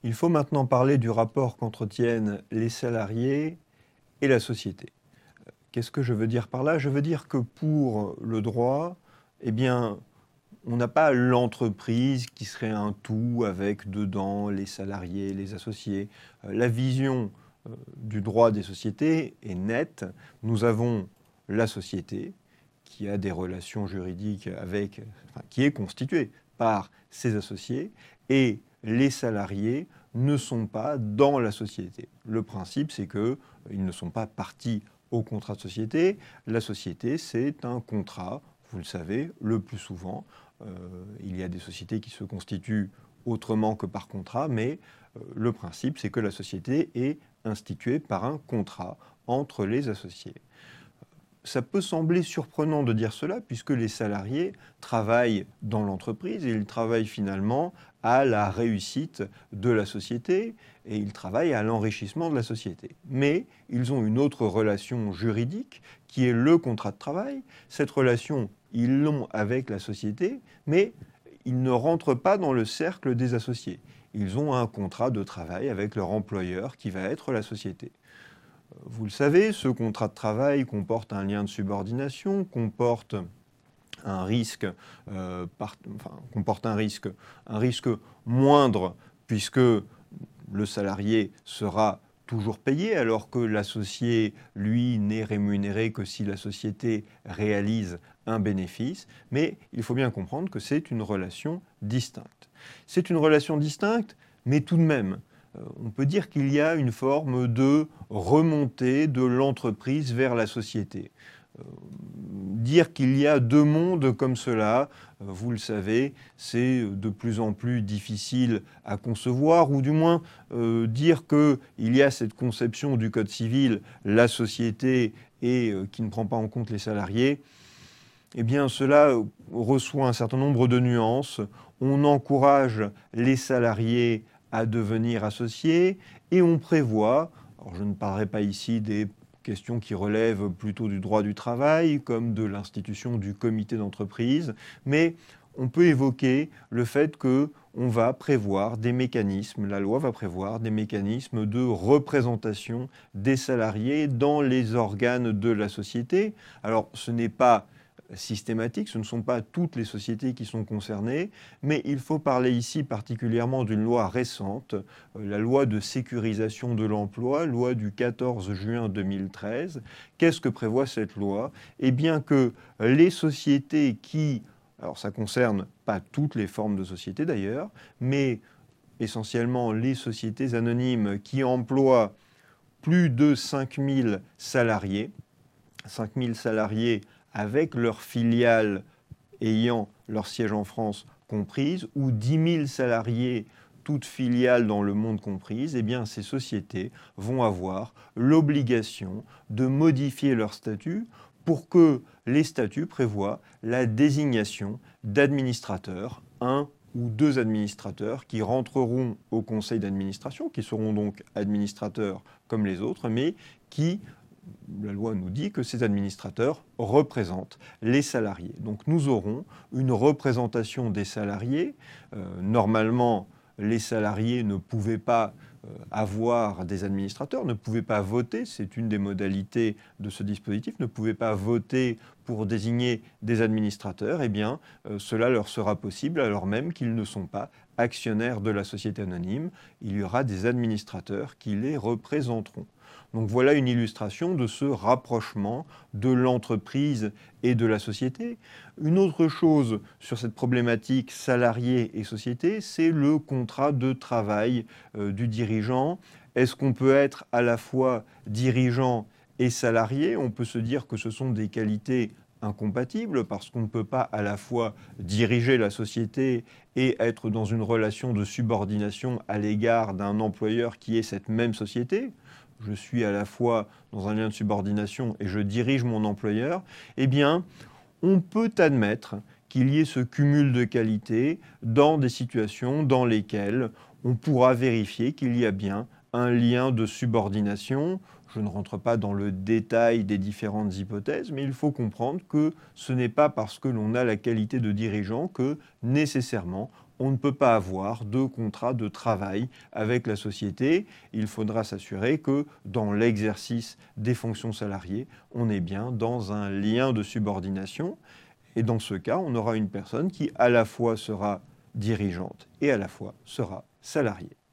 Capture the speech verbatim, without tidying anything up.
Il faut maintenant parler du rapport qu'entretiennent les salariés et la société. Qu'est-ce que je veux dire par là? Je veux dire que pour le droit, eh bien, on n'a pas l'entreprise qui serait un tout avec dedans les salariés, les associés. La vision du droit des sociétés est nette. Nous avons la société qui a des relations juridiques avec, enfin, qui est constituée par ses associés, et les salariés ne sont pas dans la société. Le principe, c'est qu'ils ne sont pas partis au contrat de société. La société, c'est un contrat, vous le savez, le plus souvent. Euh, il y a des sociétés qui se constituent autrement que par contrat, mais euh, le principe, c'est que la société est instituée par un contrat entre les associés. Ça peut sembler surprenant de dire cela, puisque les salariés travaillent dans l'entreprise et ils travaillent finalement à la réussite de la société et ils travaillent à l'enrichissement de la société. Mais ils ont une autre relation juridique qui est le contrat de travail. Cette relation, ils l'ont avec la société, mais ils ne rentrent pas dans le cercle des associés. Ils ont un contrat de travail avec leur employeur qui va être la société. Vous le savez, ce contrat de travail comporte un lien de subordination, comporte un risque, euh, par, enfin, comporte un risque, un risque moindre puisque le salarié sera toujours payé alors que l'associé, lui, n'est rémunéré que si la société réalise un bénéfice. Mais il faut bien comprendre que c'est une relation distincte. C'est une relation distincte, mais tout de même, on peut dire qu'il y a une forme de remontée de l'entreprise vers la société. Euh, dire qu'il y a deux mondes comme cela, euh, vous le savez, c'est de plus en plus difficile à concevoir, ou du moins euh, dire qu'il y a cette conception du Code civil, la société, et euh, qui ne prend pas en compte les salariés, eh bien cela reçoit un certain nombre de nuances. On encourage les salariés à devenir associés et on prévoit, alors je ne parlerai pas ici des questions qui relèvent plutôt du droit du travail comme de l'institution du comité d'entreprise, mais on peut évoquer le fait qu'on va prévoir des mécanismes, la loi va prévoir des mécanismes de représentation des salariés dans les organes de la société. Alors ce n'est pas systématique, ce ne sont pas toutes les sociétés qui sont concernées, mais il faut parler ici particulièrement d'une loi récente, la loi de sécurisation de l'emploi, loi du quatorze juin deux mille treize. Qu'est-ce que prévoit cette loi? Eh bien que les sociétés qui, alors ça ne concerne pas toutes les formes de sociétés d'ailleurs, mais essentiellement les sociétés anonymes qui emploient plus de cinq mille salariés, cinq mille salariés avec leurs filiales ayant leur siège en France comprise, ou dix mille salariés, toutes filiales dans le monde comprises, eh bien ces sociétés vont avoir l'obligation de modifier leur statut pour que les statuts prévoient la désignation d'administrateurs, un ou deux administrateurs qui rentreront au conseil d'administration, qui seront donc administrateurs comme les autres, mais qui, la loi nous dit que ces administrateurs représentent les salariés. Donc nous aurons une représentation des salariés. Euh, normalement, les salariés ne pouvaient pas euh, avoir des administrateurs, ne pouvaient pas voter, c'est une des modalités de ce dispositif, ne pouvaient pas voter pour désigner des administrateurs. Eh bien, euh, cela leur sera possible alors même qu'ils ne sont pas actionnaires de la société anonyme. Il y aura des administrateurs qui les représenteront. Donc voilà une illustration de ce rapprochement de l'entreprise et de la société. Une autre chose sur cette problématique salarié et société, c'est le contrat de travail euh, du dirigeant. Est-ce qu'on peut être à la fois dirigeant et salarié? On peut se dire que ce sont des qualités incompatibles parce qu'on ne peut pas à la fois diriger la société et être dans une relation de subordination à l'égard d'un employeur qui est cette même société. Je suis à la fois dans un lien de subordination et je dirige mon employeur, eh bien, on peut admettre qu'il y ait ce cumul de qualités dans des situations dans lesquelles on pourra vérifier qu'il y a bien un lien de subordination. Je ne rentre pas dans le détail des différentes hypothèses, mais il faut comprendre que ce n'est pas parce que l'on a la qualité de dirigeant que nécessairement on ne peut pas avoir de contrat de travail avec la société. Il faudra s'assurer que dans l'exercice des fonctions salariées, on est bien dans un lien de subordination. Et dans ce cas, on aura une personne qui à la fois sera dirigeante et à la fois sera salariée.